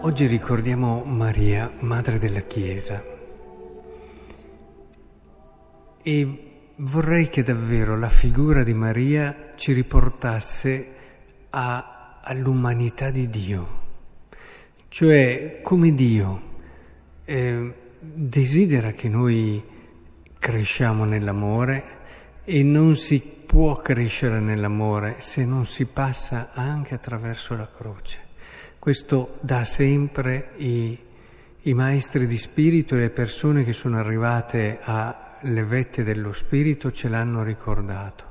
Oggi ricordiamo Maria, Madre della Chiesa, e vorrei che davvero la figura di Maria ci riportasse all'umanità di Dio, cioè come Dio desidera che noi cresciamo nell'amore, e non si può crescere nell'amore se non si passa anche attraverso la croce. Questo da sempre i maestri di spirito e le persone che sono arrivate alle vette dello spirito ce l'hanno ricordato.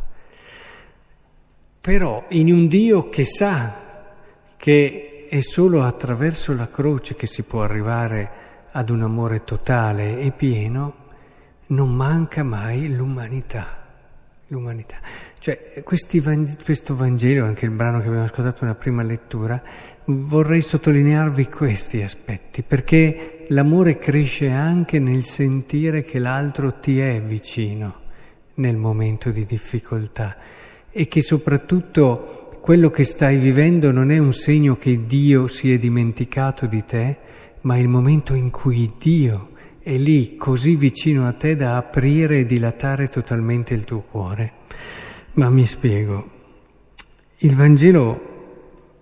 Però in un Dio che sa che è solo attraverso la croce che si può arrivare ad un amore totale e pieno, non manca mai l'umanità. Cioè questo Vangelo, anche il brano che abbiamo ascoltato nella prima lettura, vorrei sottolinearvi questi aspetti, perché l'amore cresce anche nel sentire che l'altro ti è vicino nel momento di difficoltà e che soprattutto quello che stai vivendo non è un segno che Dio si è dimenticato di te, ma è il momento in cui Dio è lì così vicino a te da aprire e dilatare totalmente il tuo cuore. Ma mi spiego. Il Vangelo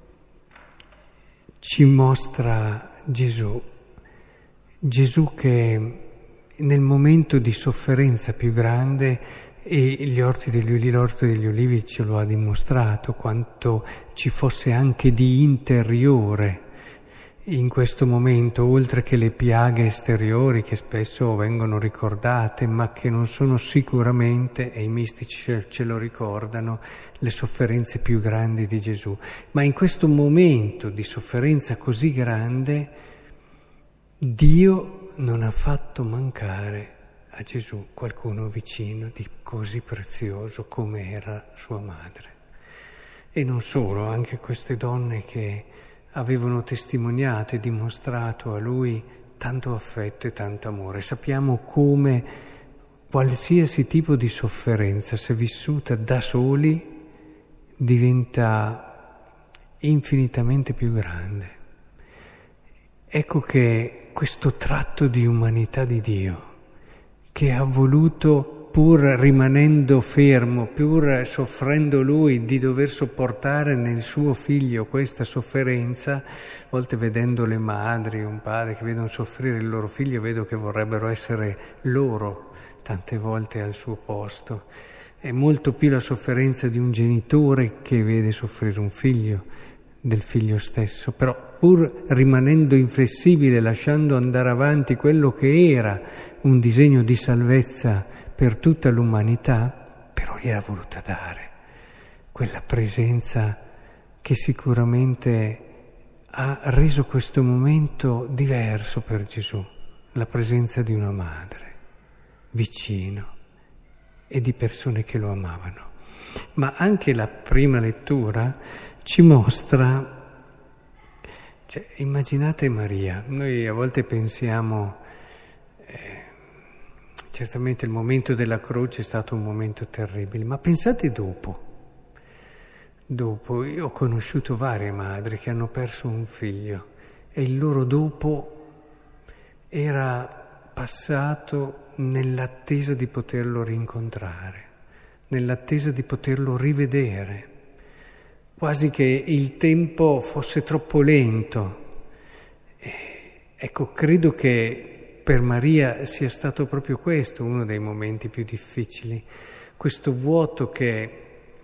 ci mostra Gesù che nel momento di sofferenza più grande, e l'orto degli Ulivi ce lo ha dimostrato, quanto ci fosse anche di interiore in questo momento, oltre che le piaghe esteriori che spesso vengono ricordate, ma che non sono sicuramente, e i mistici ce lo ricordano, le sofferenze più grandi di Gesù. Ma in questo momento di sofferenza così grande, Dio non ha fatto mancare a Gesù qualcuno vicino di così prezioso come era sua madre. E non solo, anche queste donne che avevano testimoniato e dimostrato a lui tanto affetto e tanto amore. Sappiamo come qualsiasi tipo di sofferenza, se vissuta da soli, diventa infinitamente più grande. Ecco che questo tratto di umanità di Dio, che ha voluto, pur rimanendo fermo, pur soffrendo lui, di dover sopportare nel suo figlio questa sofferenza, a volte vedendo le madri, un padre che vedono soffrire il loro figlio, vedo che vorrebbero essere loro tante volte al suo posto. È molto più la sofferenza di un genitore che vede soffrire un figlio, del figlio stesso, però pur rimanendo inflessibile, lasciando andare avanti quello che era un disegno di salvezza per tutta l'umanità, però gli era voluta dare quella presenza che sicuramente ha reso questo momento diverso per Gesù, la presenza di una madre vicino e di persone che lo amavano. Ma anche la prima lettura ci mostra, immaginate Maria, noi a volte pensiamo, certamente il momento della croce è stato un momento terribile, ma pensate dopo. Io ho conosciuto varie madri che hanno perso un figlio e il loro dopo era passato nell'attesa di poterlo rincontrare, nell'attesa di poterlo rivedere, quasi che il tempo fosse troppo lento. Ecco, credo che per Maria sia stato proprio questo uno dei momenti più difficili, questo vuoto che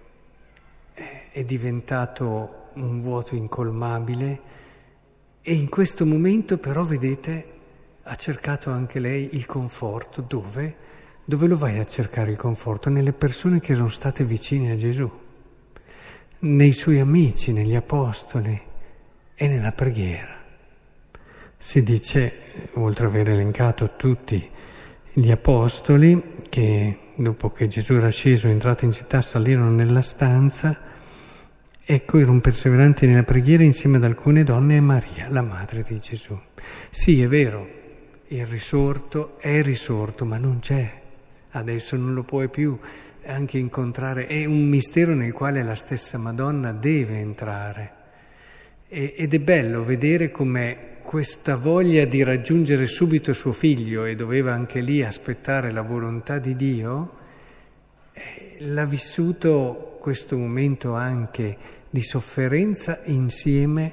è diventato un vuoto incolmabile, e in questo momento però, vedete, ha cercato anche lei il conforto. Dove? Dove lo vai a cercare il conforto? Nelle persone che erano state vicine a Gesù, nei suoi amici, negli apostoli e nella preghiera. Si dice, oltre ad aver elencato tutti gli apostoli, che dopo che Gesù era sceso e entrato in città salirono nella stanza, ecco, erano perseveranti nella preghiera insieme ad alcune donne e Maria, la madre di Gesù. Sì, è vero, il risorto è risorto, ma non c'è, adesso non lo puoi più anche incontrare, è un mistero nel quale la stessa Madonna deve entrare. Ed è bello vedere come questa voglia di raggiungere subito suo figlio e doveva anche lì aspettare la volontà di Dio, l'ha vissuto questo momento anche di sofferenza insieme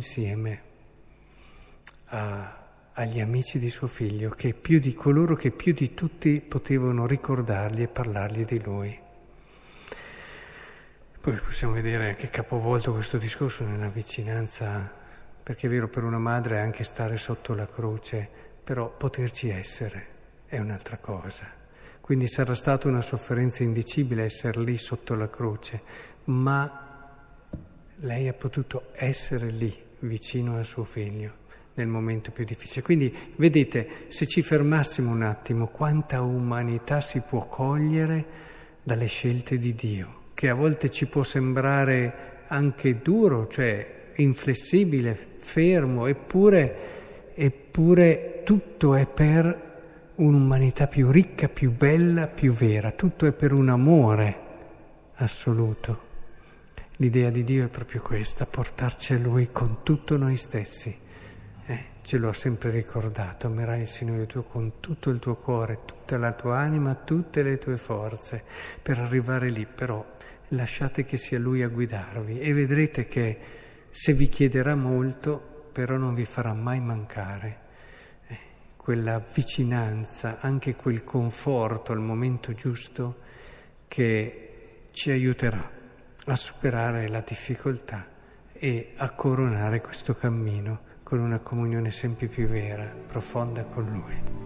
agli amici di suo figlio, che più di coloro che più di tutti potevano ricordargli e parlargli di lui. Poi possiamo vedere che capovolto questo discorso nella vicinanza, perché è vero, per una madre anche stare sotto la croce, però poterci essere è un'altra cosa. Quindi sarà stata una sofferenza indicibile essere lì sotto la croce, ma lei ha potuto essere lì vicino a suo figlio nel momento più difficile. Quindi vedete, se ci fermassimo un attimo, quanta umanità si può cogliere dalle scelte di Dio, che a volte ci può sembrare anche duro, cioè inflessibile, fermo, eppure tutto è per un'umanità più ricca, più bella, più vera, tutto è per un amore assoluto. L'idea di Dio è proprio questa, portarci a Lui con tutto noi stessi. Ce lo ha sempre ricordato, amerai il Signore Dio con tutto il tuo cuore, tutta la tua anima, tutte le tue forze. Per arrivare lì però lasciate che sia Lui a guidarvi e vedrete che se vi chiederà molto, però non vi farà mai mancare quella vicinanza, anche quel conforto al momento giusto che ci aiuterà a superare la difficoltà e a coronare questo cammino con una comunione sempre più vera, profonda con Lui.